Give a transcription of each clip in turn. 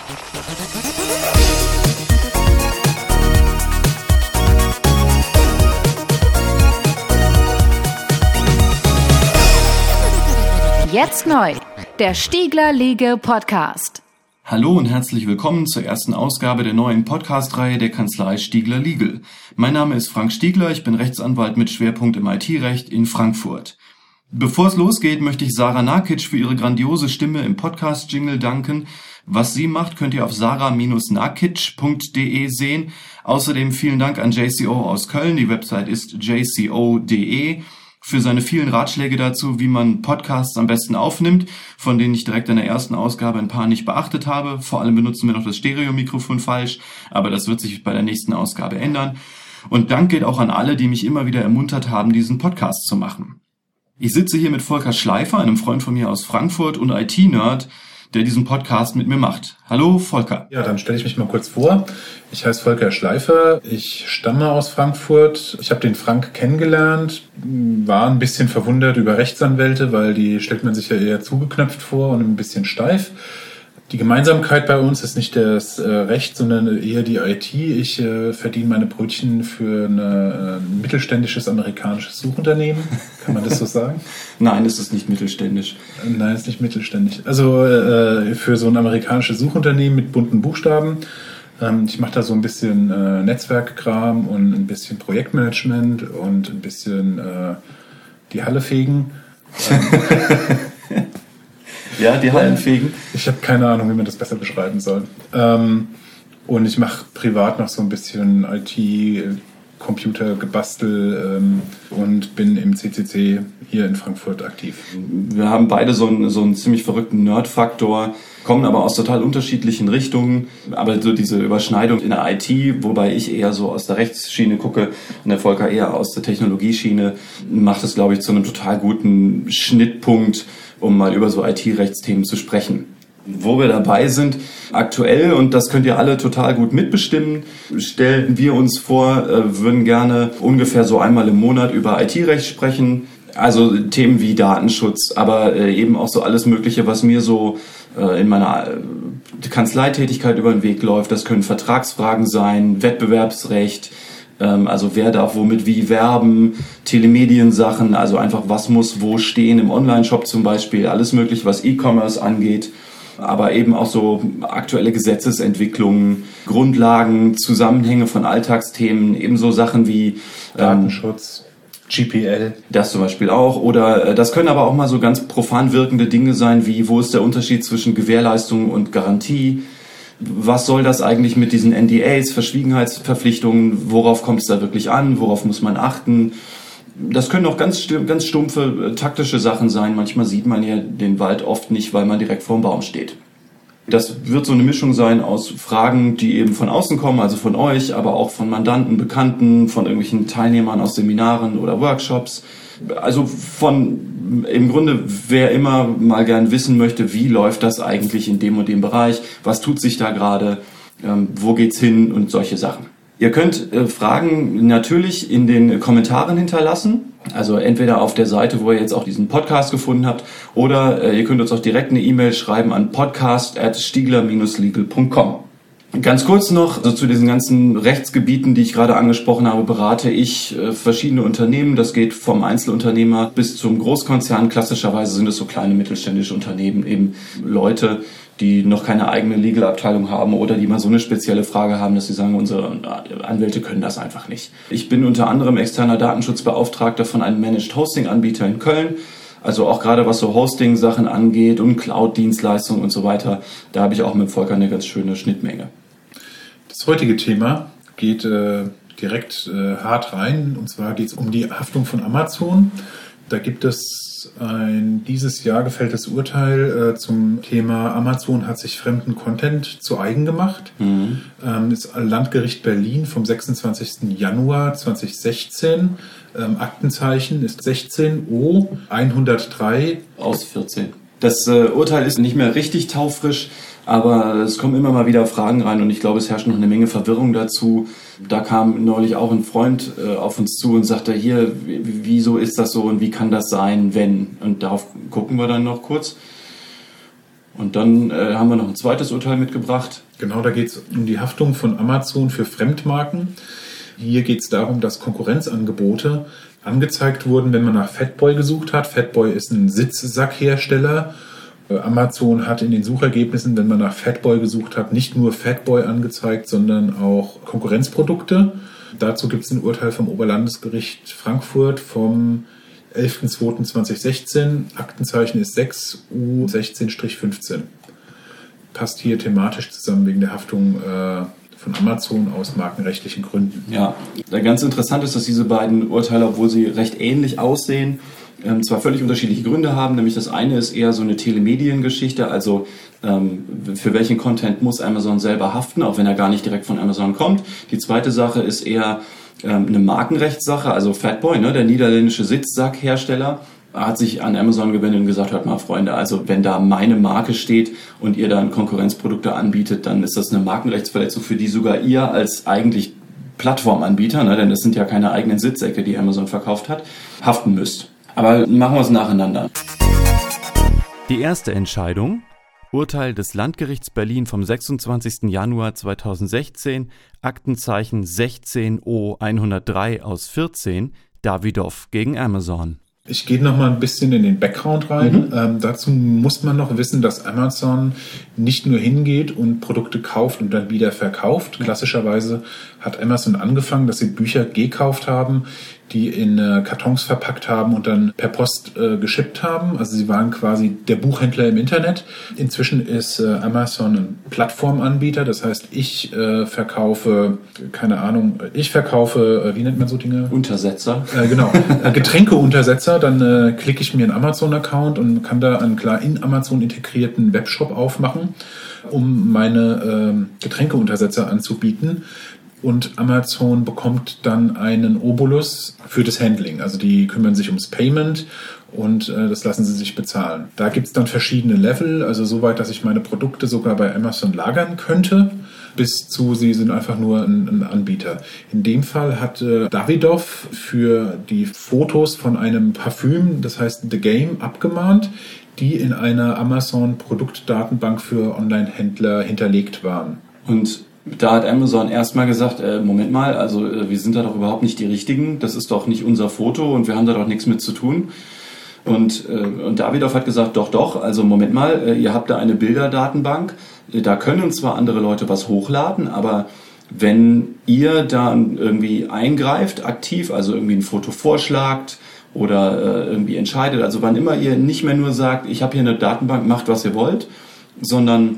Jetzt neu, der Stiegler Legal Podcast. Hallo und herzlich willkommen zur ersten Ausgabe der neuen Podcast-Reihe der Kanzlei Stiegler Legal. Mein Name ist Frank Stiegler, ich bin Rechtsanwalt mit Schwerpunkt im IT-Recht in Frankfurt. Bevor es losgeht, möchte ich Sarah Nakic für ihre grandiose Stimme im Podcast-Jingle danken. Was sie macht, könnt ihr auf sarah-nakic.de sehen. Außerdem vielen Dank an JCO aus Köln, die Website ist jco.de. für seine vielen Ratschläge dazu, wie man Podcasts am besten aufnimmt, von denen ich direkt in der ersten Ausgabe ein paar nicht beachtet habe. Vor allem benutzen wir noch das Stereo-Mikrofon falsch, aber das wird sich bei der nächsten Ausgabe ändern. Und Dank geht auch an alle, die mich immer wieder ermuntert haben, diesen Podcast zu machen. Ich sitze hier mit Volker Schleifer, einem Freund von mir aus Frankfurt und IT-Nerd, der diesen Podcast mit mir macht. Hallo Volker. Ja, dann stelle ich mich mal kurz vor. Ich heiße Volker Schleifer, ich stamme aus Frankfurt. Ich habe den Frank kennengelernt, war ein bisschen verwundert über Rechtsanwälte, weil die stellt man sich ja eher zugeknöpft vor und ein bisschen steif. Die Gemeinsamkeit bei uns ist nicht das Recht, sondern eher die IT. Ich verdiene meine Brötchen für ein mittelständisches amerikanisches Suchunternehmen. Kann man das so sagen? Nein, es ist nicht mittelständisch. Nein, es ist nicht mittelständisch. Also für so ein amerikanisches Suchunternehmen mit bunten Buchstaben. Ich mache da so ein bisschen Netzwerkkram und ein bisschen Projektmanagement und ein bisschen die Halle fegen. Ja, die Hallen fegen. Ich habe keine Ahnung, wie man das besser beschreiben soll. Und ich mache privat noch so ein bisschen IT, Computergebastel und bin im CCC hier in Frankfurt aktiv. Wir haben beide so einen ziemlich verrückten Nerd-Faktor, kommen aber aus total unterschiedlichen Richtungen. Aber so diese Überschneidung in der IT, wobei ich eher so aus der Rechtsschiene gucke und der Volker eher aus der Technologieschiene, macht es, glaube ich, zu einem total guten Schnittpunkt, um mal über so IT-Rechtsthemen zu sprechen. Wo wir dabei sind, aktuell, und das könnt ihr alle total gut mitbestimmen, stellen wir uns vor, würden gerne ungefähr so einmal im Monat über IT-Recht sprechen. Also Themen wie Datenschutz, aber eben auch so alles Mögliche, was mir so in meiner Kanzleitätigkeit über den Weg läuft. Das können Vertragsfragen sein, Wettbewerbsrecht, also wer darf womit wie werben, Telemediensachen, also einfach was muss wo stehen im Online-Shop zum Beispiel, alles mögliche, was E-Commerce angeht, aber eben auch so aktuelle Gesetzesentwicklungen, Grundlagen, Zusammenhänge von Alltagsthemen, ebenso Sachen wie Datenschutz, GPL. Das zum Beispiel auch. Oder das können aber auch mal so ganz profan wirkende Dinge sein, wie wo ist der Unterschied zwischen Gewährleistung und Garantie? Was soll das eigentlich mit diesen NDAs, Verschwiegenheitsverpflichtungen? Worauf kommt es da wirklich an? Worauf muss man achten? Das können auch ganz stumpfe taktische Sachen sein. Manchmal sieht man ja den Wald oft nicht, weil man direkt vorm Baum steht. Das wird so eine Mischung sein aus Fragen, die eben von außen kommen, also von euch, aber auch von Mandanten, Bekannten, von irgendwelchen Teilnehmern aus Seminaren oder Workshops. Also im Grunde, wer immer mal gern wissen möchte, wie läuft das eigentlich in dem und dem Bereich, was tut sich da gerade, wo geht's hin und solche Sachen. Ihr könnt Fragen natürlich in den Kommentaren hinterlassen, also entweder auf der Seite, wo ihr jetzt auch diesen Podcast gefunden habt, oder ihr könnt uns auch direkt eine E-Mail schreiben an podcast@stiegler-legal.com. Ganz kurz noch zu diesen ganzen Rechtsgebieten, die ich gerade angesprochen habe, berate ich verschiedene Unternehmen. Das geht vom Einzelunternehmer bis zum Großkonzern. Klassischerweise sind es so kleine mittelständische Unternehmen, eben Leute, die noch keine eigene Legal-Abteilung haben oder die mal so eine spezielle Frage haben, dass sie sagen, unsere Anwälte können das einfach nicht. Ich bin unter anderem externer Datenschutzbeauftragter von einem Managed-Hosting-Anbieter in Köln. Also auch gerade was so Hosting-Sachen angeht und Cloud-Dienstleistungen und so weiter, da habe ich auch mit Volker eine ganz schöne Schnittmenge. Das heutige Thema geht direkt hart rein, und zwar geht es um die Haftung von Amazon. Da gibt es ein dieses Jahr gefälltes Urteil zum Thema Amazon hat sich fremden Content zu eigen gemacht. Das Landgericht Berlin vom 26. Januar 2016. Aktenzeichen ist 16O 103 aus 14. Das Urteil ist nicht mehr richtig taufrisch, aber es kommen immer mal wieder Fragen rein und ich glaube, es herrscht noch eine Menge Verwirrung dazu. Da kam neulich auch ein Freund auf uns zu und sagte, hier, wieso ist das so und wie kann das sein, wenn? Und darauf gucken wir dann noch kurz. Und Und dann haben wir noch ein zweites Urteil mitgebracht. Genau, da geht es um die Haftung von Amazon für Fremdmarken. Hier geht es darum, dass Konkurrenzangebote angezeigt wurden, wenn man nach Fatboy gesucht hat. Fatboy ist ein Sitzsackhersteller. Amazon hat in den Suchergebnissen, wenn man nach Fatboy gesucht hat, nicht nur Fatboy angezeigt, sondern auch Konkurrenzprodukte. Dazu gibt es ein Urteil vom Oberlandesgericht Frankfurt vom 11.02.2016. Aktenzeichen ist 6U16-15. Passt hier thematisch zusammen wegen der Haftung von Amazon aus markenrechtlichen Gründen. Ja, ganz interessant ist, dass diese beiden Urteile, obwohl sie recht ähnlich aussehen, zwar völlig unterschiedliche Gründe haben. Nämlich das eine ist eher so eine Telemediengeschichte, also für welchen Content muss Amazon selber haften, auch wenn er gar nicht direkt von Amazon kommt. Die zweite Sache ist eher eine Markenrechtssache, also Fatboy, der niederländische Sitzsackhersteller, hat sich an Amazon gewendet und gesagt, hört mal Freunde, also wenn da meine Marke steht und ihr dann Konkurrenzprodukte anbietet, dann ist das eine Markenrechtsverletzung, für die sogar ihr als eigentlich Plattformanbieter, denn das sind ja keine eigenen Sitzsäcke, die Amazon verkauft hat, haften müsst. Aber machen wir es nacheinander. Die erste Entscheidung, Urteil des Landgerichts Berlin vom 26. Januar 2016, Aktenzeichen 16O103 aus 14, Davidoff gegen Amazon. Ich gehe noch mal ein bisschen in den Background rein. Dazu muss man noch wissen, dass Amazon nicht nur hingeht und Produkte kauft und dann wieder verkauft. Klassischerweise hat Amazon angefangen, dass sie Bücher gekauft haben, die in Kartons verpackt haben und dann per Post geschippt haben. Also sie waren quasi der Buchhändler im Internet. Inzwischen ist Amazon ein Plattformanbieter. Das heißt, ich verkaufe, wie nennt man so Dinge? Untersetzer. Genau, Getränkeuntersetzer. Dann klicke ich mir einen Amazon-Account und kann da einen klar in Amazon integrierten Webshop aufmachen, um meine Getränkeuntersetzer anzubieten. Und Amazon bekommt dann einen Obolus für das Handling. Also die kümmern sich ums Payment und das lassen sie sich bezahlen. Da gibt es dann verschiedene Level, also so weit, dass ich meine Produkte sogar bei Amazon lagern könnte, bis zu, sie sind einfach nur ein Anbieter. In dem Fall hat Davidoff für die Fotos von einem Parfüm, das heißt The Game, abgemahnt, die in einer Amazon-Produktdatenbank für Online-Händler hinterlegt waren. Und da hat Amazon erstmal gesagt, Moment mal, also wir sind da doch überhaupt nicht die Richtigen, das ist doch nicht unser Foto und wir haben da doch nichts mit zu tun. Und Davidoff hat gesagt, doch, also Moment mal, ihr habt da eine Bilderdatenbank, da können zwar andere Leute was hochladen, aber wenn ihr da irgendwie eingreift, aktiv, also irgendwie ein Foto vorschlagt oder irgendwie entscheidet, also wann immer ihr nicht mehr nur sagt, ich habe hier eine Datenbank, macht was ihr wollt, sondern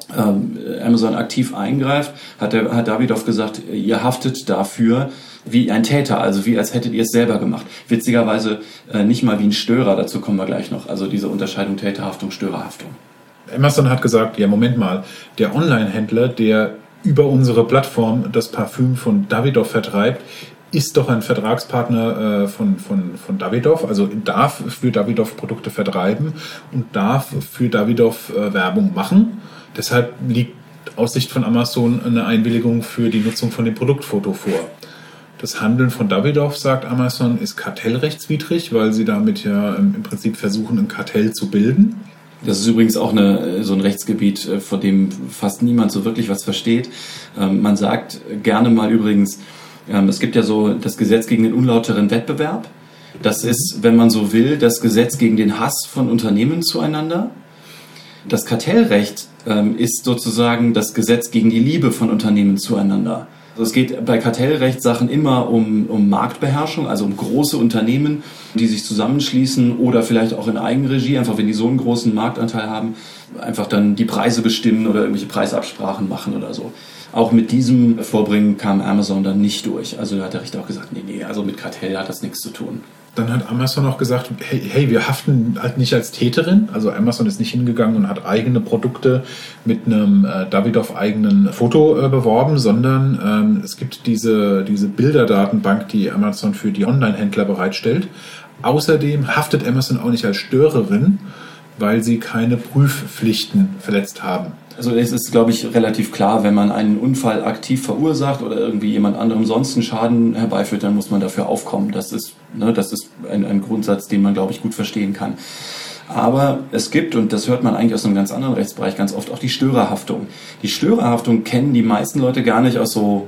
Amazon aktiv eingreift, hat Davidoff gesagt, ihr haftet dafür wie ein Täter, also wie als hättet ihr es selber gemacht. Witzigerweise nicht mal wie ein Störer, dazu kommen wir gleich noch, also diese Unterscheidung Täterhaftung, Störerhaftung. Amazon hat gesagt, ja Moment mal, der Online-Händler, der über unsere Plattform das Parfüm von Davidoff vertreibt, ist doch ein Vertragspartner von Davidoff, also darf für Davidoff Produkte vertreiben und darf für Davidoff Werbung machen. Deshalb liegt aus Sicht von Amazon eine Einwilligung für die Nutzung von dem Produktfoto vor. Das Handeln von Davidoff, sagt Amazon, ist kartellrechtswidrig, weil sie damit ja im Prinzip versuchen, ein Kartell zu bilden. Das ist übrigens auch so ein Rechtsgebiet, vor dem fast niemand so wirklich was versteht. Man sagt gerne mal übrigens, es gibt ja so das Gesetz gegen den unlauteren Wettbewerb. Das ist, wenn man so will, das Gesetz gegen den Hass von Unternehmen zueinander. Das Kartellrecht ist sozusagen das Gesetz gegen die Liebe von Unternehmen zueinander. Also es geht bei Kartellrechtssachen immer um Marktbeherrschung, also um große Unternehmen, die sich zusammenschließen oder vielleicht auch in Eigenregie, einfach wenn die so einen großen Marktanteil haben, einfach dann die Preise bestimmen oder irgendwelche Preisabsprachen machen oder so. Auch mit diesem Vorbringen kam Amazon dann nicht durch. Also da hat der Richter auch gesagt, nee, also mit Kartell hat das nichts zu tun. Dann hat Amazon auch gesagt, hey, wir haften halt nicht als Täterin. Also Amazon ist nicht hingegangen und hat eigene Produkte mit einem Davidoff-eigenen Foto beworben, sondern es gibt diese Bilderdatenbank, die Amazon für die Online-Händler bereitstellt. Außerdem haftet Amazon auch nicht als Störerin, weil sie keine Prüfpflichten verletzt haben. Also es ist, glaube ich, relativ klar, wenn man einen Unfall aktiv verursacht oder irgendwie jemand anderem sonst einen Schaden herbeiführt, dann muss man dafür aufkommen. Das ist ein Grundsatz, den man, glaube ich, gut verstehen kann. Aber es gibt, und das hört man eigentlich aus einem ganz anderen Rechtsbereich ganz oft, auch die Störerhaftung. Die Störerhaftung kennen die meisten Leute gar nicht aus so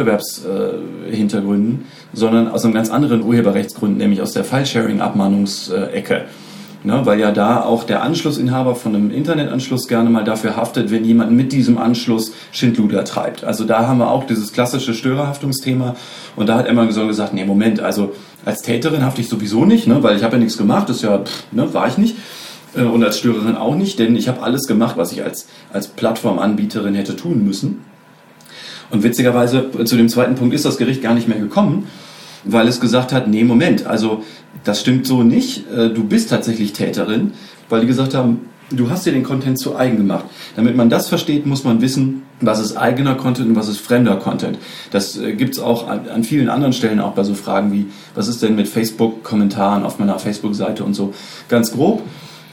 Wettbewerbshintergründen, sondern aus einem ganz anderen Urheberrechtsgrund, nämlich aus der File-Sharing-Abmahnungsecke. Ne, weil ja da auch der Anschlussinhaber von einem Internetanschluss gerne mal dafür haftet, wenn jemand mit diesem Anschluss Schindluder treibt. Also da haben wir auch dieses klassische Störerhaftungsthema und da hat Amazon gesagt, nee, Moment, also als Täterin hafte ich sowieso nicht, ne, weil ich habe ja nichts gemacht, das ist ja, war ich nicht. Und als Störerin auch nicht, denn ich habe alles gemacht, was ich als Plattformanbieterin hätte tun müssen. Und witzigerweise zu dem zweiten Punkt ist das Gericht gar nicht mehr gekommen, weil es gesagt hat, nee, Moment, also das stimmt so nicht, du bist tatsächlich Täterin, weil die gesagt haben, du hast dir den Content zu eigen gemacht. Damit man das versteht, muss man wissen, was ist eigener Content und was ist fremder Content. Das gibt's auch an vielen anderen Stellen, auch bei so Fragen wie, was ist denn mit Facebook-Kommentaren auf meiner Facebook-Seite und so. Ganz grob,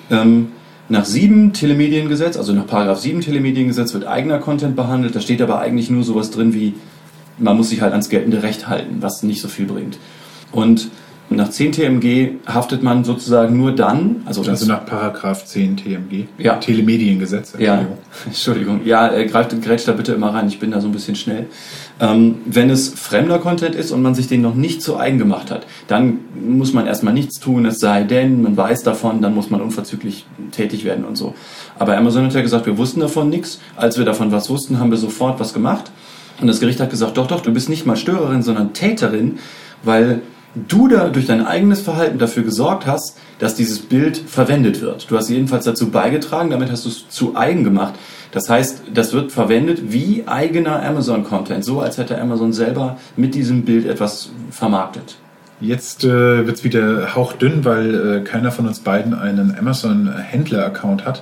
nach 7 Telemediengesetz, also nach Paragraph 7 Telemediengesetz wird eigener Content behandelt, da steht aber eigentlich nur sowas drin wie, man muss sich halt ans geltende Recht halten, was nicht so viel bringt. Und nach 10 TMG haftet man sozusagen nur dann... Also nach Paragraph 10 TMG? Ja. Telemediengesetz, Entschuldigung. Ja, grätscht da bitte immer rein, ich bin da so ein bisschen schnell. Wenn es fremder Content ist und man sich den noch nicht zu eigen gemacht hat, dann muss man erstmal nichts tun, es sei denn, man weiß davon, dann muss man unverzüglich tätig werden und so. Aber Amazon hat ja gesagt, wir wussten davon nichts. Als wir davon was wussten, haben wir sofort was gemacht. Und das Gericht hat gesagt, doch, du bist nicht mal Störerin, sondern Täterin, weil du da durch dein eigenes Verhalten dafür gesorgt hast, dass dieses Bild verwendet wird. Du hast jedenfalls dazu beigetragen, damit hast du es zu eigen gemacht. Das heißt, das wird verwendet wie eigener Amazon-Content, so als hätte Amazon selber mit diesem Bild etwas vermarktet. Jetzt wird's wieder hauchdünn, weil keiner von uns beiden einen Amazon-Händler-Account hat,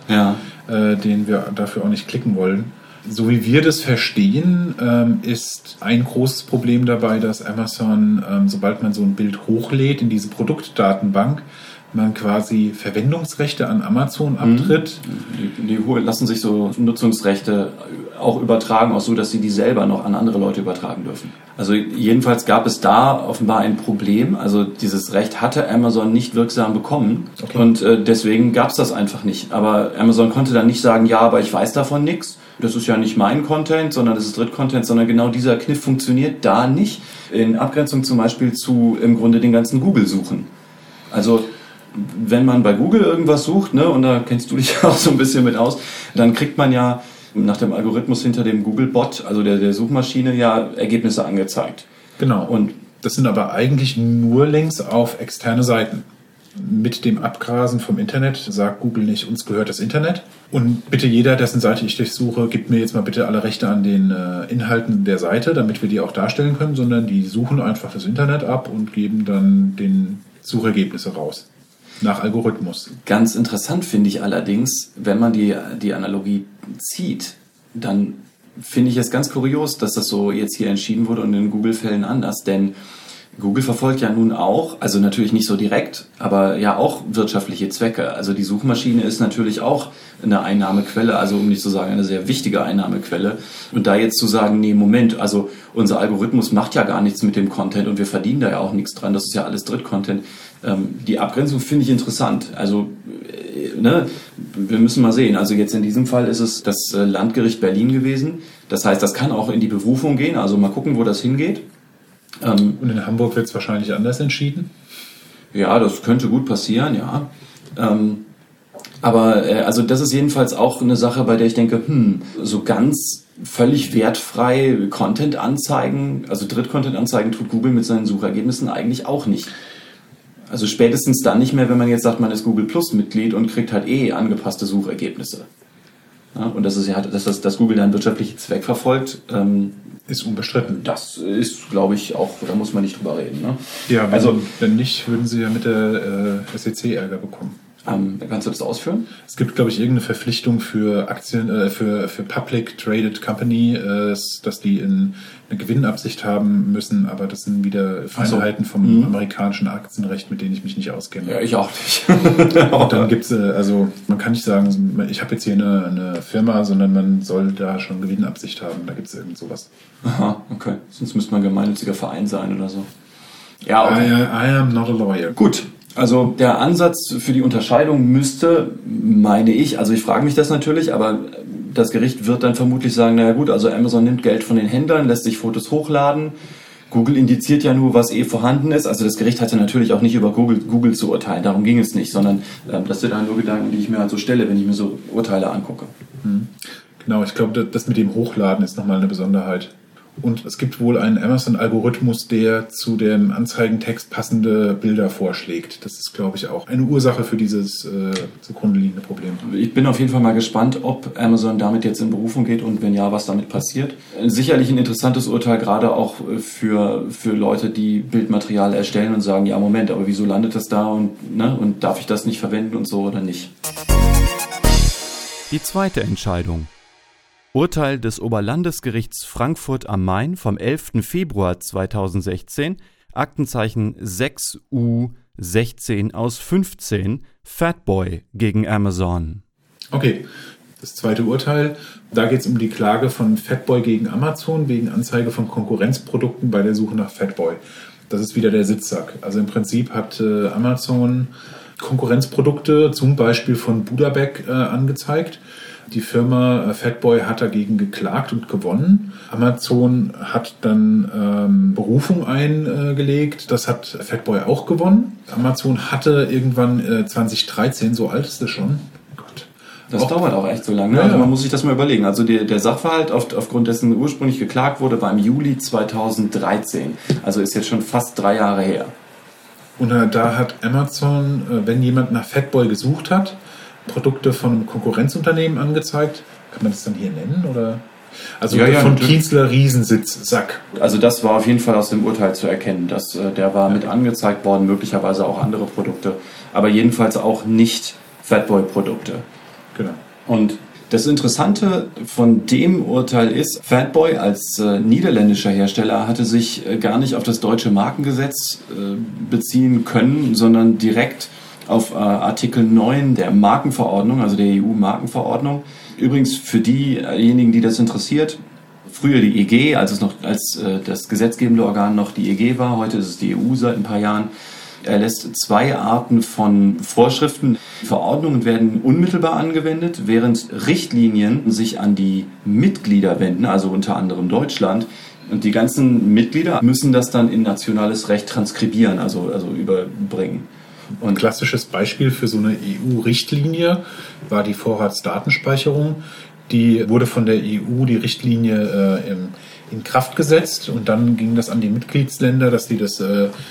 den wir dafür auch nicht klicken wollen. So wie wir das verstehen, ist ein großes Problem dabei, dass Amazon, sobald man so ein Bild hochlädt in diese Produktdatenbank, man quasi Verwendungsrechte an Amazon abtritt. Die lassen sich so Nutzungsrechte auch übertragen, auch so, dass sie die selber noch an andere Leute übertragen dürfen. Also jedenfalls gab es da offenbar ein Problem. Also dieses Recht hatte Amazon nicht wirksam bekommen. Okay. Und deswegen gab es das einfach nicht. Aber Amazon konnte dann nicht sagen, ja, aber ich weiß davon nichts. Das ist ja nicht mein Content, sondern das ist Drittcontent, sondern genau dieser Kniff funktioniert da nicht. In Abgrenzung zum Beispiel zu im Grunde den ganzen Google-Suchen. Also wenn man bei Google irgendwas sucht, ne, und da kennst du dich auch so ein bisschen mit aus, dann kriegt man ja nach dem Algorithmus hinter dem Google-Bot, also der Suchmaschine, ja Ergebnisse angezeigt. Genau. Und das sind aber eigentlich nur Links auf externe Seiten. Mit dem Abgrasen vom Internet sagt Google nicht, uns gehört das Internet. Und bitte jeder, dessen Seite ich durchsuche, gibt mir jetzt mal bitte alle Rechte an den Inhalten der Seite, damit wir die auch darstellen können, sondern die suchen einfach das Internet ab und geben dann den Suchergebnisse raus. Nach Algorithmus. Ganz interessant finde ich allerdings, wenn man die Analogie zieht, dann finde ich es ganz kurios, dass das so jetzt hier entschieden wurde und in Google-Fällen anders, denn Google verfolgt ja nun auch, also natürlich nicht so direkt, aber ja auch wirtschaftliche Zwecke. Also die Suchmaschine ist natürlich auch eine Einnahmequelle, also um nicht zu sagen eine sehr wichtige Einnahmequelle. Und da jetzt zu sagen, nee, Moment, also unser Algorithmus macht ja gar nichts mit dem Content und wir verdienen da ja auch nichts dran, das ist ja alles Drittcontent. Die Abgrenzung finde ich interessant. Also ne, wir müssen mal sehen. Also jetzt in diesem Fall ist es das Landgericht Berlin gewesen. Das heißt, das kann auch in die Berufung gehen. Also mal gucken, wo das hingeht. Und in Hamburg wird es wahrscheinlich anders entschieden? Ja, das könnte gut passieren, ja. Aber also das ist jedenfalls auch eine Sache, bei der ich denke, so ganz völlig wertfrei Content anzeigen, also Dritt-Content anzeigen tut Google mit seinen Suchergebnissen eigentlich auch nicht. Also spätestens dann nicht mehr, wenn man jetzt sagt, man ist Google Plus Mitglied und kriegt halt angepasste Suchergebnisse. Ja, und das ist ja, dass Google dann wirtschaftlichen Zweck verfolgt, ist unbestritten. Das ist, glaube ich, auch, da muss man nicht drüber reden. Ne? Ja, wenn nicht, würden sie ja mit der SEC Ärger bekommen. Kannst du das ausführen? Es gibt, glaube ich, irgendeine Verpflichtung für Aktien, für Public Traded Company, dass die eine Gewinnabsicht haben müssen, aber das sind wieder Feinheiten vom amerikanischen Aktienrecht, mit denen ich mich nicht auskenne. Ja, ich auch nicht. Und dann gibt's, also man kann nicht sagen, ich habe jetzt hier eine Firma, sondern man soll da schon Gewinnabsicht haben, da gibt es irgend sowas. Aha, okay. Sonst müsste man gemeinnütziger Verein sein oder so. Ja, okay. I am not a lawyer. Gut. Also der Ansatz für die Unterscheidung müsste, meine ich, also ich frage mich das natürlich, aber das Gericht wird dann vermutlich sagen, naja gut, also Amazon nimmt Geld von den Händlern, lässt sich Fotos hochladen. Google indiziert ja nur, was vorhanden ist. Also das Gericht hatte natürlich auch nicht über Google zu urteilen, darum ging es nicht, sondern das sind dann nur Gedanken, die ich mir halt so stelle, wenn ich mir so Urteile angucke. Genau, ich glaube, das mit dem Hochladen ist nochmal eine Besonderheit. Und es gibt wohl einen Amazon-Algorithmus, der zu dem Anzeigentext passende Bilder vorschlägt. Das ist, glaube ich, auch eine Ursache für dieses zugrunde liegende Problem. Ich bin auf jeden Fall mal gespannt, ob Amazon damit jetzt in Berufung geht und wenn ja, was damit passiert. Sicherlich ein interessantes Urteil, gerade auch für Leute, die Bildmaterial erstellen und sagen, ja Moment, aber wieso landet das da und darf ich das nicht verwenden und so oder nicht? Die zweite Entscheidung. Urteil des Oberlandesgerichts Frankfurt am Main vom 11. Februar 2016, Aktenzeichen 6U16 aus 15, Fatboy gegen Amazon. Okay, das zweite Urteil, da geht es um die Klage von Fatboy gegen Amazon wegen Anzeige von Konkurrenzprodukten bei der Suche nach Fatboy. Das ist wieder der Sitzsack. Also im Prinzip hat Amazon Konkurrenzprodukte, zum Beispiel von Budabek, angezeigt. Die Firma Fatboy hat dagegen geklagt und gewonnen. Amazon hat dann Berufung eingelegt. Das hat Fatboy auch gewonnen. Amazon hatte irgendwann 2013, so alt ist es schon. Gott. Das dauert auch echt so lange. Ja. Also man muss sich das mal überlegen. Also der Sachverhalt, aufgrund dessen ursprünglich geklagt wurde, war im Juli 2013. Also ist jetzt schon fast 3 Jahre her. Und da hat Amazon, wenn jemand nach Fatboy gesucht hat, Produkte von einem Konkurrenzunternehmen angezeigt. Kann man das dann hier nennen? Oder? Also ja, von Kienzler Riesensitzsack. Also das war auf jeden Fall aus dem Urteil zu erkennen. Der war mit angezeigt worden, möglicherweise auch andere Produkte. Aber jedenfalls auch nicht Fatboy-Produkte. Genau. Und das Interessante von dem Urteil ist, Fatboy als niederländischer Hersteller hatte sich gar nicht auf das deutsche Markengesetz beziehen können, sondern direkt auf Artikel 9 der Markenverordnung, also der EU-Markenverordnung. Übrigens für diejenigen, die das interessiert, früher die EG, als das gesetzgebende Organ noch die EG war, heute ist es die EU seit ein paar Jahren, erlässt 2 Arten von Vorschriften. Verordnungen werden unmittelbar angewendet, während Richtlinien sich an die Mitglieder wenden, also unter anderem Deutschland. Und die ganzen Mitglieder müssen das dann in nationales Recht transkribieren, also überbringen. Und ein klassisches Beispiel für so eine EU-Richtlinie war die Vorratsdatenspeicherung. Die wurde von der EU, die Richtlinie, in Kraft gesetzt und dann ging das an die Mitgliedsländer, dass die das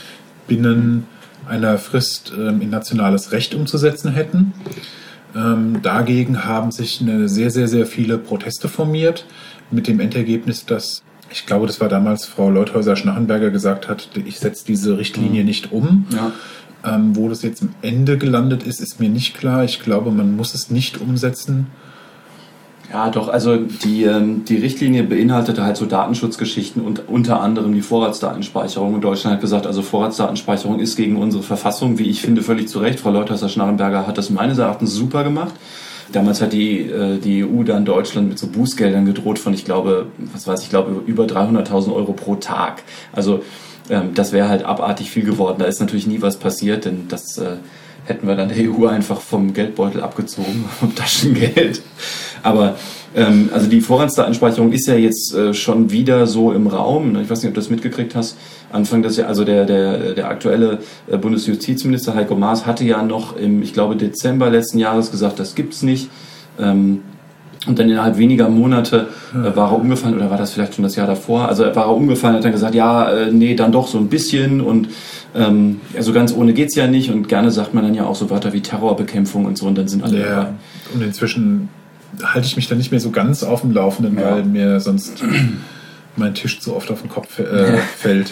binnen einer Frist in nationales Recht umzusetzen hätten. Dagegen haben sich sehr, sehr, sehr viele Proteste formiert mit dem Endergebnis, dass, ich glaube, das war damals Frau Leuthäuser-Schnarrenberger gesagt hat, ich setze diese Richtlinie nicht um. Ja. Wo das jetzt am Ende gelandet ist mir nicht klar. Ich glaube, man muss es nicht umsetzen. Ja, doch, also die Richtlinie beinhaltete halt so Datenschutzgeschichten und unter anderem die Vorratsdatenspeicherung. Und Deutschland hat gesagt, also Vorratsdatenspeicherung ist gegen unsere Verfassung, wie ich finde, völlig zu Recht. Frau Leuthäuser-Schnarrenberger hat das meines Erachtens super gemacht. Damals hat die EU dann Deutschland mit so Bußgeldern gedroht von, ich glaube, über 300.000 Euro pro Tag. Also das wäre halt abartig viel geworden. Da ist natürlich nie was passiert, denn das hätten wir dann der EU einfach vom Geldbeutel abgezogen, vom Taschengeld. Aber also die Vorratsdatenspeicherung ist ja jetzt schon wieder so im Raum. Ich weiß nicht, ob du das mitgekriegt hast. Anfang des Jahres, also der aktuelle Bundesjustizminister Heiko Maas hatte ja noch im, ich glaube, Dezember letzten Jahres gesagt, das gibt's nicht. Und dann innerhalb weniger Monate war er umgefallen, oder war das vielleicht schon das Jahr davor? Also war er umgefallen, hat dann gesagt, nee, dann doch so ein bisschen und also ganz ohne geht's ja nicht und gerne sagt man dann ja auch so Wörter wie Terrorbekämpfung und so und dann sind alle dabei. Und inzwischen halte ich mich da nicht mehr so ganz auf dem Laufenden, weil mir sonst mein Tisch zu oft auf den Kopf fällt.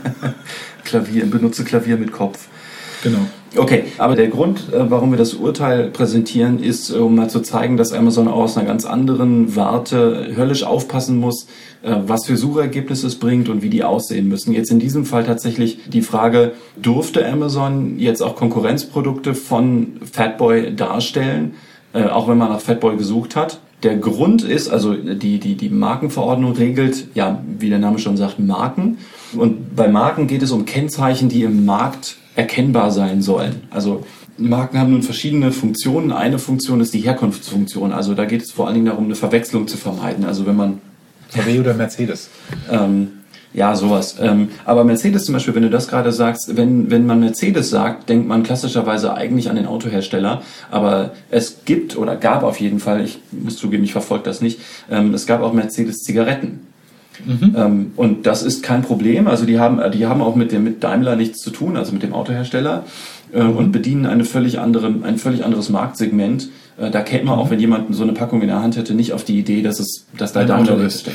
Benutze Klavier mit Kopf. Genau. Okay, aber der Grund, warum wir das Urteil präsentieren, ist, um mal zu zeigen, dass Amazon aus einer ganz anderen Warte höllisch aufpassen muss, was für Suchergebnisse es bringt und wie die aussehen müssen. Jetzt in diesem Fall tatsächlich die Frage, durfte Amazon jetzt auch Konkurrenzprodukte von Fatboy darstellen, auch wenn man nach Fatboy gesucht hat? Der Grund ist, also die Markenverordnung regelt, ja, wie der Name schon sagt, Marken. Und bei Marken geht es um Kennzeichen, die im Markt erkennbar sein sollen. Also Marken haben nun verschiedene Funktionen. Eine Funktion ist die Herkunftsfunktion. Also da geht es vor allen Dingen darum, eine Verwechslung zu vermeiden. Also wenn man... VW oder Mercedes? Ja, sowas. Aber Mercedes zum Beispiel, wenn du das gerade sagst, wenn man Mercedes sagt, denkt man klassischerweise eigentlich an den Autohersteller. Aber es gibt oder gab auf jeden Fall, ich muss zugeben, ich verfolge das nicht, es gab auch Mercedes-Zigaretten. Und das ist kein Problem. Also die haben auch mit Daimler nichts zu tun, also mit dem Autohersteller, und bedienen ein völlig anderes Marktsegment. Da käme man auch, wenn jemand so eine Packung in der Hand hätte, nicht auf die Idee, dass da Daimler ist.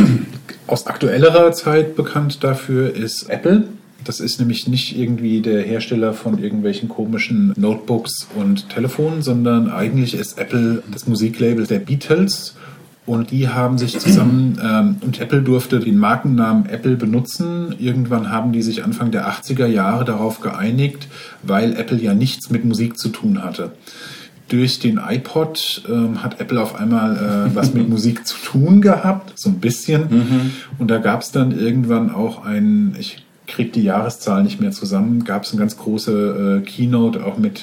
Aus aktuellerer Zeit bekannt dafür ist Apple. Das ist nämlich nicht irgendwie der Hersteller von irgendwelchen komischen Notebooks und Telefonen, sondern eigentlich ist Apple das Musiklabel der Beatles. Und die haben sich zusammen, und Apple durfte den Markennamen Apple benutzen. Irgendwann haben die sich Anfang der 80er Jahre darauf geeinigt, weil Apple ja nichts mit Musik zu tun hatte. Durch den iPod hat Apple auf einmal was mit Musik zu tun gehabt, so ein bisschen. Und da gab es dann irgendwann auch ich kriege die Jahreszahl nicht mehr zusammen, gab es eine ganz große Keynote auch mit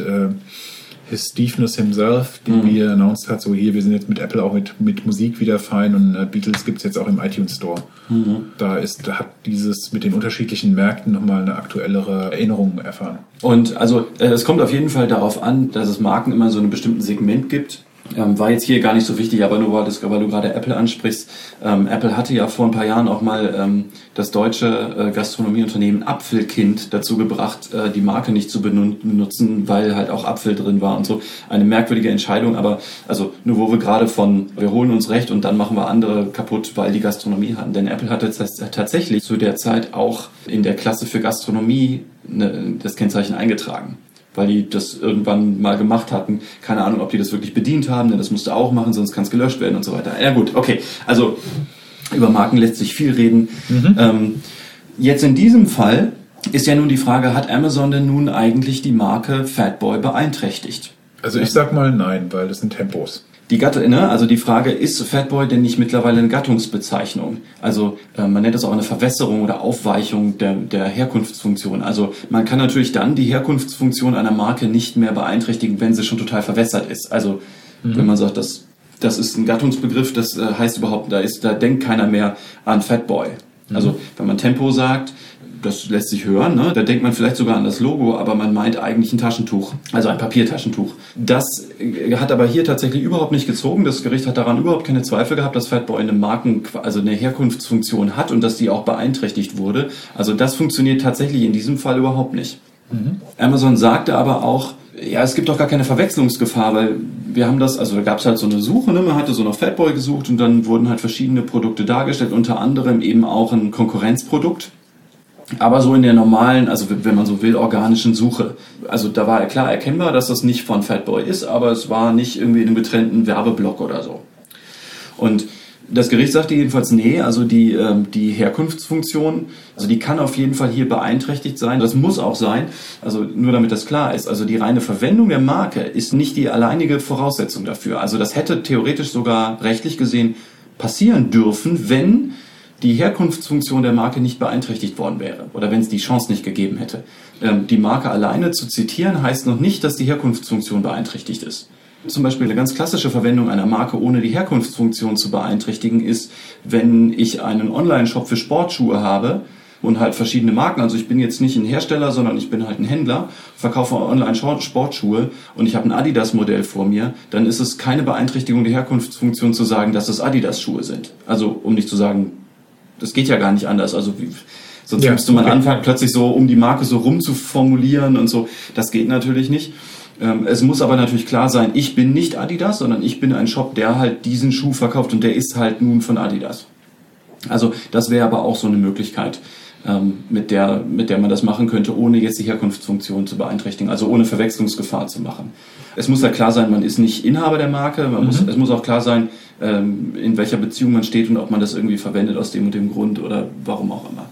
His Steveness himself, die announced hat, so hier, wir sind jetzt mit Apple auch mit Musik wieder fein und Beatles gibt es jetzt auch im iTunes Store. Da hat dieses mit den unterschiedlichen Märkten nochmal eine aktuellere Erinnerung erfahren. Und also es kommt auf jeden Fall darauf an, dass es Marken immer so einem bestimmten Segment gibt. War jetzt hier gar nicht so wichtig, aber nur weil du gerade Apple ansprichst. Apple hatte ja vor ein paar Jahren auch mal das deutsche Gastronomieunternehmen Apfelkind dazu gebracht, die Marke nicht zu benutzen, weil halt auch Apfel drin war und so. Eine merkwürdige Entscheidung, aber also nur wo wir gerade wir holen uns recht und dann machen wir andere kaputt, weil die Gastronomie hatten. Denn Apple hatte tatsächlich zu der Zeit auch in der Klasse für Gastronomie das Kennzeichen eingetragen, weil die das irgendwann mal gemacht hatten. Keine Ahnung, ob die das wirklich bedient haben, denn das musste auch machen, sonst kann es gelöscht werden und so weiter. Ja gut, okay. Also über Marken lässt sich viel reden. Jetzt in diesem Fall ist ja nun die Frage, hat Amazon denn nun eigentlich die Marke Fatboy beeinträchtigt? Also ich sag mal nein, weil das sind Tempos. Also die Frage, ist Fatboy denn nicht mittlerweile eine Gattungsbezeichnung? Also man nennt das auch eine Verwässerung oder Aufweichung der Herkunftsfunktion. Also man kann natürlich dann die Herkunftsfunktion einer Marke nicht mehr beeinträchtigen, wenn sie schon total verwässert ist. Also wenn man sagt, das ist ein Gattungsbegriff, das heißt überhaupt, da denkt keiner mehr an Fatboy. Also wenn man Tempo sagt, das lässt sich hören, ne? Da denkt man vielleicht sogar an das Logo, aber man meint eigentlich ein Taschentuch, also ein Papiertaschentuch. Das hat aber hier tatsächlich überhaupt nicht gezogen. Das Gericht hat daran überhaupt keine Zweifel gehabt, dass Fatboy eine Herkunftsfunktion hat und dass die auch beeinträchtigt wurde. Also das funktioniert tatsächlich in diesem Fall überhaupt nicht. Amazon sagte aber auch, ja, es gibt doch gar keine Verwechslungsgefahr, weil wir haben da gab es halt so eine Suche, ne? Man hatte so nach Fatboy gesucht und dann wurden halt verschiedene Produkte dargestellt, unter anderem eben auch ein Konkurrenzprodukt. Aber so in der normalen, also wenn man so will, organischen Suche. Also da war klar erkennbar, dass das nicht von Fatboy ist, aber es war nicht irgendwie in einem getrennten Werbeblock oder so. Und das Gericht sagte jedenfalls, nee, also die Herkunftsfunktion, also die kann auf jeden Fall hier beeinträchtigt sein. Das muss auch sein, also nur damit das klar ist. Also die reine Verwendung der Marke ist nicht die alleinige Voraussetzung dafür. Also das hätte theoretisch sogar rechtlich gesehen passieren dürfen, wenn die Herkunftsfunktion der Marke nicht beeinträchtigt worden wäre oder wenn es die Chance nicht gegeben hätte. Die Marke alleine zu zitieren heißt noch nicht, dass die Herkunftsfunktion beeinträchtigt ist. Zum Beispiel eine ganz klassische Verwendung einer Marke ohne die Herkunftsfunktion zu beeinträchtigen ist, wenn ich einen Online-Shop für Sportschuhe habe und halt verschiedene Marken, also ich bin jetzt nicht ein Hersteller, sondern ich bin halt ein Händler, verkaufe Online-Sportschuhe und ich habe ein Adidas-Modell vor mir, dann ist es keine Beeinträchtigung der Herkunftsfunktion zu sagen, dass es Adidas-Schuhe sind. Also um nicht zu sagen, das geht ja gar nicht anders. Also sonst müsste man anfangen, plötzlich so um die Marke so rumzuformulieren und so. Das geht natürlich nicht. Es muss aber natürlich klar sein, ich bin nicht Adidas, sondern ich bin ein Shop, der halt diesen Schuh verkauft und der ist halt nun von Adidas. Also das wäre aber auch so eine Möglichkeit, mit der man das machen könnte, ohne jetzt die Herkunftsfunktion zu beeinträchtigen, also ohne Verwechslungsgefahr zu machen. Es muss ja klar sein, man ist nicht Inhaber der Marke, es muss auch klar sein, in welcher Beziehung man steht und ob man das irgendwie verwendet aus dem und dem Grund oder warum auch immer.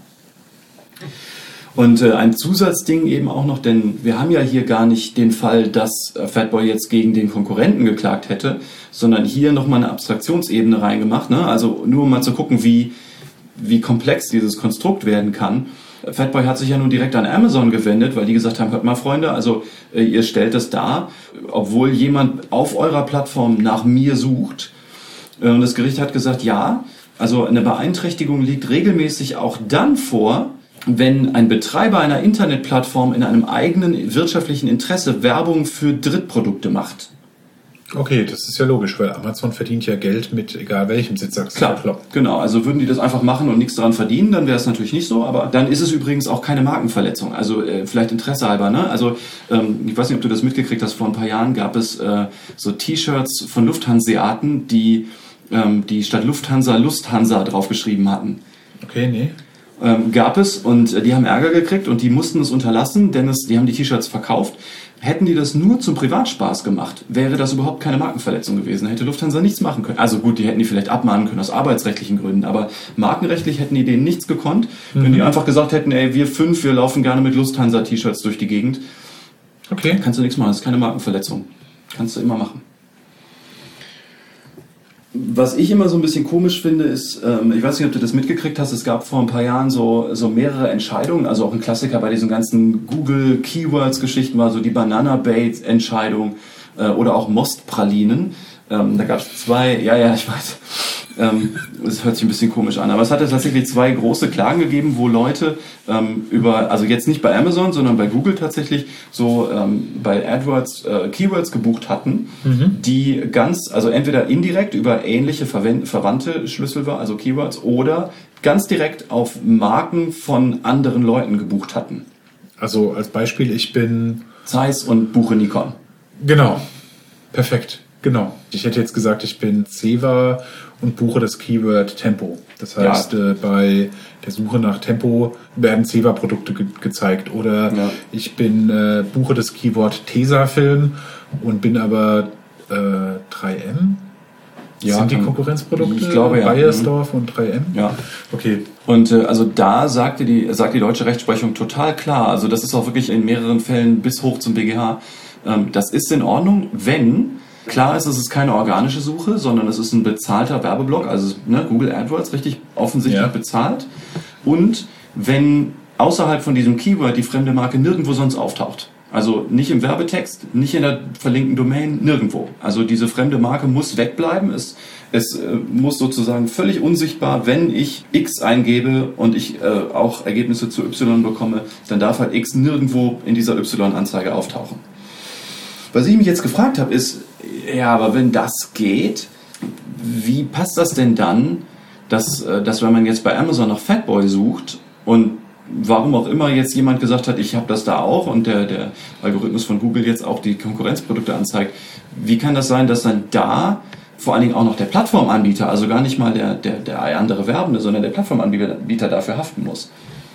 Und ein Zusatzding eben auch noch, denn wir haben ja hier gar nicht den Fall, dass Fatboy jetzt gegen den Konkurrenten geklagt hätte, sondern hier nochmal eine Abstraktionsebene reingemacht, ne? Also nur um mal zu gucken, wie komplex dieses Konstrukt werden kann. Fatboy hat sich ja nun direkt an Amazon gewendet, weil die gesagt haben, hört mal Freunde, also ihr stellt es dar, obwohl jemand auf eurer Plattform nach mir sucht. Und das Gericht hat gesagt, ja, also eine Beeinträchtigung liegt regelmäßig auch dann vor, wenn ein Betreiber einer Internetplattform in einem eigenen wirtschaftlichen Interesse Werbung für Drittprodukte macht. Okay, das ist ja logisch, weil Amazon verdient ja Geld mit egal welchem Sitzachs. Klar, genau. Also würden die das einfach machen und nichts daran verdienen, dann wäre es natürlich nicht so. Aber dann ist es übrigens auch keine Markenverletzung. Also vielleicht Interesse halber, ne? Also ich weiß nicht, ob du das mitgekriegt hast. Vor ein paar Jahren gab es so T-Shirts von Lufthanseaten, die statt Lufthansa Lusthansa draufgeschrieben hatten. Okay, nee. Gab es und die haben Ärger gekriegt und die mussten es unterlassen, denn die haben die T-Shirts verkauft. Hätten die das nur zum Privatspaß gemacht, wäre das überhaupt keine Markenverletzung gewesen. Hätte Lufthansa nichts machen können. Also gut, die hätten die vielleicht abmahnen können aus arbeitsrechtlichen Gründen, aber markenrechtlich hätten die denen nichts gekonnt, wenn die einfach gesagt hätten, ey, wir laufen gerne mit Lufthansa-T-Shirts durch die Gegend. Okay. Kannst du nichts machen, das ist keine Markenverletzung. Kannst du immer machen. Was ich immer so ein bisschen komisch finde, ist, ich weiß nicht, ob du das mitgekriegt hast, es gab vor ein paar Jahren so mehrere Entscheidungen, also auch ein Klassiker bei diesen ganzen Google-Keywords-Geschichten war so die Banana-Bait-Entscheidung oder auch Mostpralinen. Da gab es zwei, ja, ich weiß, das hört sich ein bisschen komisch an, aber es hatte tatsächlich zwei große Klagen gegeben, wo Leute also jetzt nicht bei Amazon, sondern bei Google tatsächlich so bei AdWords Keywords gebucht hatten, die also entweder indirekt über ähnliche verwandte Schlüssel war, also Keywords, oder ganz direkt auf Marken von anderen Leuten gebucht hatten. Also als Beispiel, ich bin Zeiss und buche Nikon. Genau, perfekt. Genau. Ich hätte jetzt gesagt, ich bin Ceva und buche das Keyword Tempo. Das heißt, bei der Suche nach Tempo werden Ceva-Produkte gezeigt. Oder ich buche das Keyword Tesafilm und bin aber 3M. Ja, sind die Konkurrenzprodukte? Ich glaube, ja. Beiersdorf und 3M? Ja. Okay. Und also da sagt die deutsche Rechtsprechung total klar, also das ist auch wirklich in mehreren Fällen bis hoch zum BGH, das ist in Ordnung, wenn klar ist, es ist keine organische Suche, sondern es ist ein bezahlter Werbeblock, also Google AdWords richtig offensichtlich bezahlt. Und wenn außerhalb von diesem Keyword die fremde Marke nirgendwo sonst auftaucht. Also nicht im Werbetext, nicht in der verlinkten Domain, nirgendwo. Also diese fremde Marke muss wegbleiben. Es muss sozusagen völlig unsichtbar, wenn ich X eingebe und ich auch Ergebnisse zu Y bekomme, dann darf halt X nirgendwo in dieser Y-Anzeige auftauchen. Was ich mich jetzt gefragt habe, ist, ja, aber wenn das geht, wie passt das denn dann, dass wenn man jetzt bei Amazon nach Fatboy sucht und warum auch immer jetzt jemand gesagt hat, ich habe das da auch und der Algorithmus von Google jetzt auch die Konkurrenzprodukte anzeigt, wie kann das sein, dass dann da vor allen Dingen auch noch der Plattformanbieter, also gar nicht mal der andere Werbende, sondern der Plattformanbieter dafür haften muss?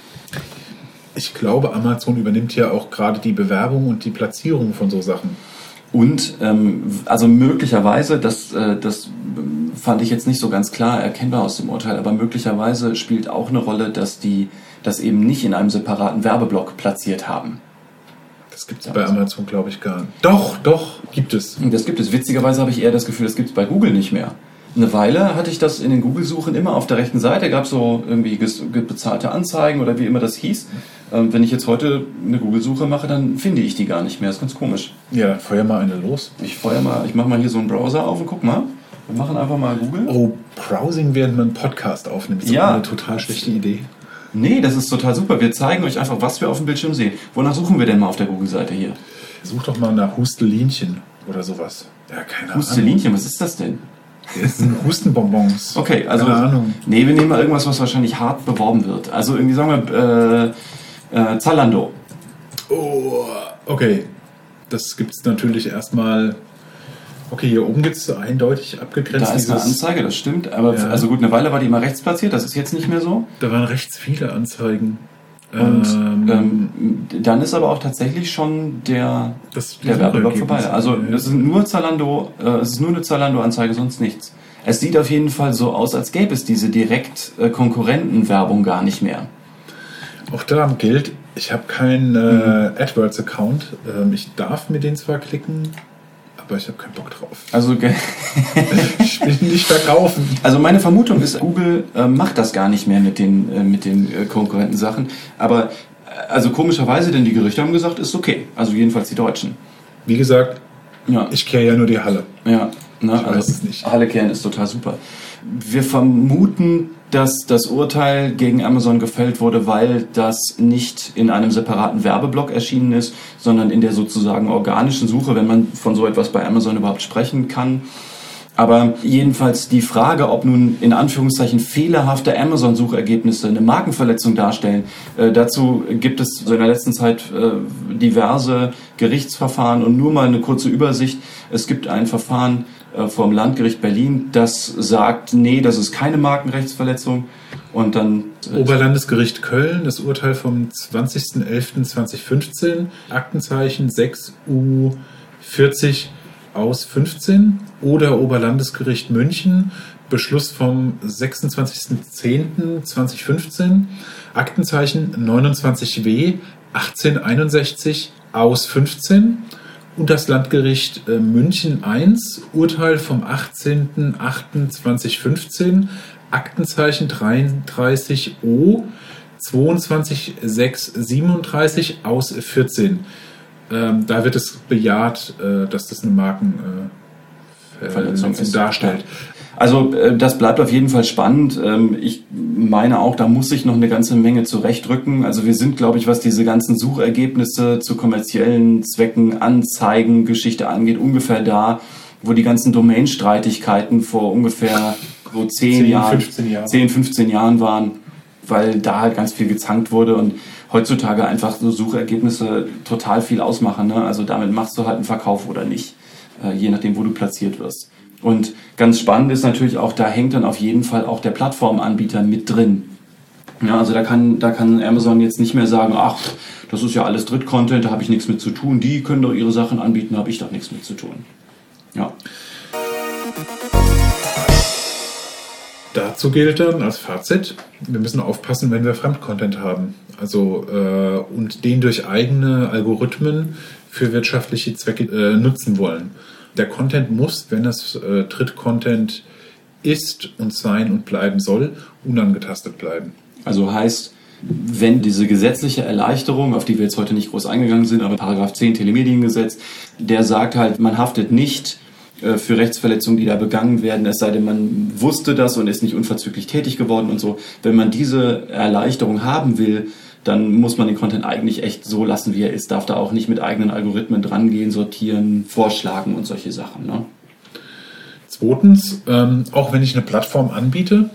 Ich glaube, Amazon übernimmt ja auch gerade die Bewerbung und die Platzierung von so Sachen. Und also möglicherweise, das fand ich jetzt nicht so ganz klar erkennbar aus dem Urteil, aber möglicherweise spielt auch eine Rolle, dass die das eben nicht in einem separaten Werbeblock platziert haben. Das gibt es bei Amazon, glaube ich, gar nicht. Doch, gibt es. Das gibt es. Witzigerweise habe ich eher das Gefühl, das gibt es bei Google nicht mehr. Eine Weile hatte ich das in den Google-Suchen immer auf der rechten Seite, gab es so irgendwie bezahlte Anzeigen oder wie immer das hieß. Wenn ich jetzt heute eine Google-Suche mache, dann finde ich die gar nicht mehr. Das ist ganz komisch. Ja, dann feuer mal eine los. Ich mache mal hier so einen Browser auf und guck mal. Wir machen einfach mal Google. Oh, Browsing, während man einen Podcast aufnimmt, ist eine total schlechte Idee. Nee, das ist total super. Wir zeigen euch einfach, was wir auf dem Bildschirm sehen. Wonach suchen wir denn mal auf der Google-Seite hier? Such doch mal nach Hustelinchen oder sowas. Ja, keine Ahnung. Hustelinchen, was ist das denn? Das sind Hustenbonbons. Okay, also keine Ahnung. Nee, wir nehmen mal irgendwas, was wahrscheinlich hart beworben wird. Also irgendwie sagen wir Zalando. Oh, okay. Das gibt es natürlich erstmal. Okay, hier oben gibt es eindeutig abgegrenzt. Da ist eine Anzeige, das stimmt. Aber also gut, eine Weile war die immer rechts platziert, das ist jetzt nicht mehr so. Da waren rechts viele Anzeigen. Und dann ist aber auch tatsächlich schon der Werbeblock vorbei. Also es ist nur Zalando, es ist nur eine Zalando-Anzeige, sonst nichts. Es sieht auf jeden Fall so aus, als gäbe es diese direkt Konkurrentenwerbung gar nicht mehr. Auch da gilt, ich habe keinen AdWords-Account. Ich darf mir den zwar klicken, aber ich habe keinen Bock drauf. Also ich will nicht verkaufen. Also meine Vermutung ist, Google macht das gar nicht mehr mit den konkurrenten Sachen. Aber also komischerweise, denn die Gerichte haben gesagt, ist okay. Also jedenfalls die Deutschen. Wie gesagt, ja. Ich kehre ja nur die Halle. Ja, ne, ich weiß es nicht. Halle kehren ist total super. Wir vermuten, dass das Urteil gegen Amazon gefällt wurde, weil das nicht in einem separaten Werbeblock erschienen ist, sondern in der sozusagen organischen Suche, wenn man von so etwas bei Amazon überhaupt sprechen kann. Aber jedenfalls die Frage, ob nun in Anführungszeichen fehlerhafte Amazon-Suchergebnisse eine Markenverletzung darstellen, dazu gibt es so in der letzten Zeit diverse Gerichtsverfahren und nur mal eine kurze Übersicht. Es gibt ein Verfahren vom Landgericht Berlin, das sagt, nee, das ist keine Markenrechtsverletzung. Und dann Oberlandesgericht Köln, das Urteil vom 20.11.2015, Aktenzeichen 6U40 aus 15, oder Oberlandesgericht München, Beschluss vom 26.10.2015, Aktenzeichen 29W 1861 aus 15, und das Landgericht München I, Urteil vom 18.08.2015, Aktenzeichen 33O 22.637 aus 14. Da wird es bejaht, dass das eine Markenverletzung darstellt. Also das bleibt auf jeden Fall spannend. Ich meine auch, da muss sich noch eine ganze Menge zurechtrücken. Also wir sind, glaube ich, was diese ganzen Suchergebnisse zu kommerziellen Zwecken, Anzeigen, Geschichte angeht, ungefähr da, wo die ganzen Domain-Streitigkeiten vor ungefähr so 10, 15 Jahren waren, weil da halt ganz viel gezankt wurde und heutzutage einfach so Suchergebnisse total viel ausmachen. Ne? Also damit machst du halt einen Verkauf oder nicht, je nachdem, wo du platziert wirst. Und ganz spannend ist natürlich auch, da hängt dann auf jeden Fall auch der Plattformanbieter mit drin. Ja, also da kann Amazon jetzt nicht mehr sagen, ach, das ist ja alles Drittcontent, da habe ich nichts mit zu tun. Die können doch ihre Sachen anbieten, da habe ich doch nichts mit zu tun. Ja. Dazu gilt dann als Fazit, wir müssen aufpassen, wenn wir Fremdcontent haben. Also und den durch eigene Algorithmen für wirtschaftliche Zwecke nutzen wollen. Der Content muss, wenn es Drittcontent ist und sein und bleiben soll, unangetastet bleiben. Also heißt, wenn diese gesetzliche Erleichterung, auf die wir jetzt heute nicht groß eingegangen sind, aber Paragraph 10 Telemediengesetz, der sagt halt, man haftet nicht für Rechtsverletzungen, die da begangen werden, es sei denn, man wusste das und ist nicht unverzüglich tätig geworden und so. Wenn man diese Erleichterung haben will, dann muss man den Content eigentlich echt so lassen, wie er ist. Darf da auch nicht mit eigenen Algorithmen drangehen, sortieren, vorschlagen und solche Sachen. Ne? Zweitens, auch wenn ich eine Plattform anbiete,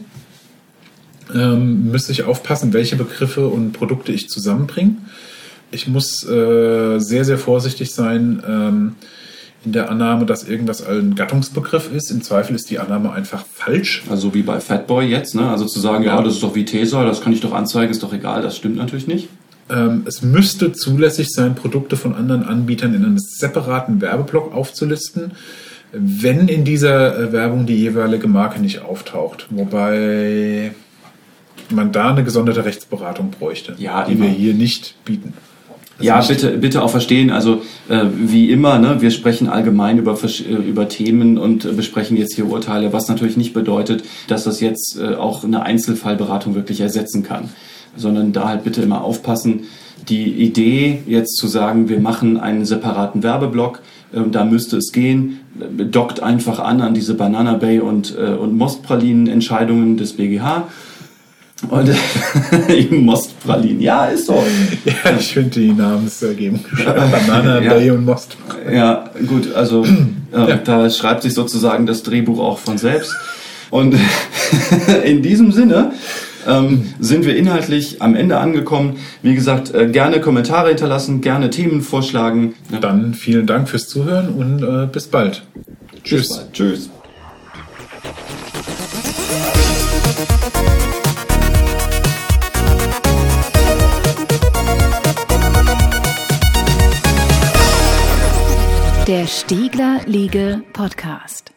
müsste ich aufpassen, welche Begriffe und Produkte ich zusammenbringe. Ich muss sehr, sehr vorsichtig sein in der Annahme, dass irgendwas ein Gattungsbegriff ist. Im Zweifel ist die Annahme einfach falsch. Also wie bei Fatboy jetzt, ne? Also zu sagen, ja, das ist doch wie Tesa, das kann ich doch anzeigen, ist doch egal, das stimmt natürlich nicht. Es müsste zulässig sein, Produkte von anderen Anbietern in einem separaten Werbeblock aufzulisten, wenn in dieser Werbung die jeweilige Marke nicht auftaucht. Wobei man da eine gesonderte Rechtsberatung bräuchte, ja, die wir hier nicht bieten. Ja, bitte auch verstehen, also wie immer, ne, wir sprechen allgemein über Themen und besprechen jetzt hier Urteile, was natürlich nicht bedeutet, dass das jetzt auch eine Einzelfallberatung wirklich ersetzen kann, sondern da halt bitte immer aufpassen. Die Idee jetzt zu sagen, wir machen einen separaten Werbeblock, da müsste es gehen, dockt einfach an diese Banana Bay und Mostpralinen-Entscheidungen des BGH. Und Mostpralinen, ja, ist so. Ja, ich finde die Namensgebung. Banana, Bay und Most. Ja, gut, also da schreibt sich sozusagen das Drehbuch auch von selbst. Und in diesem Sinne sind wir inhaltlich am Ende angekommen. Wie gesagt, gerne Kommentare hinterlassen, gerne Themen vorschlagen. Dann vielen Dank fürs Zuhören und bis bald. Tschüss. Bis bald. Tschüss. Der Stiegler Liege Podcast.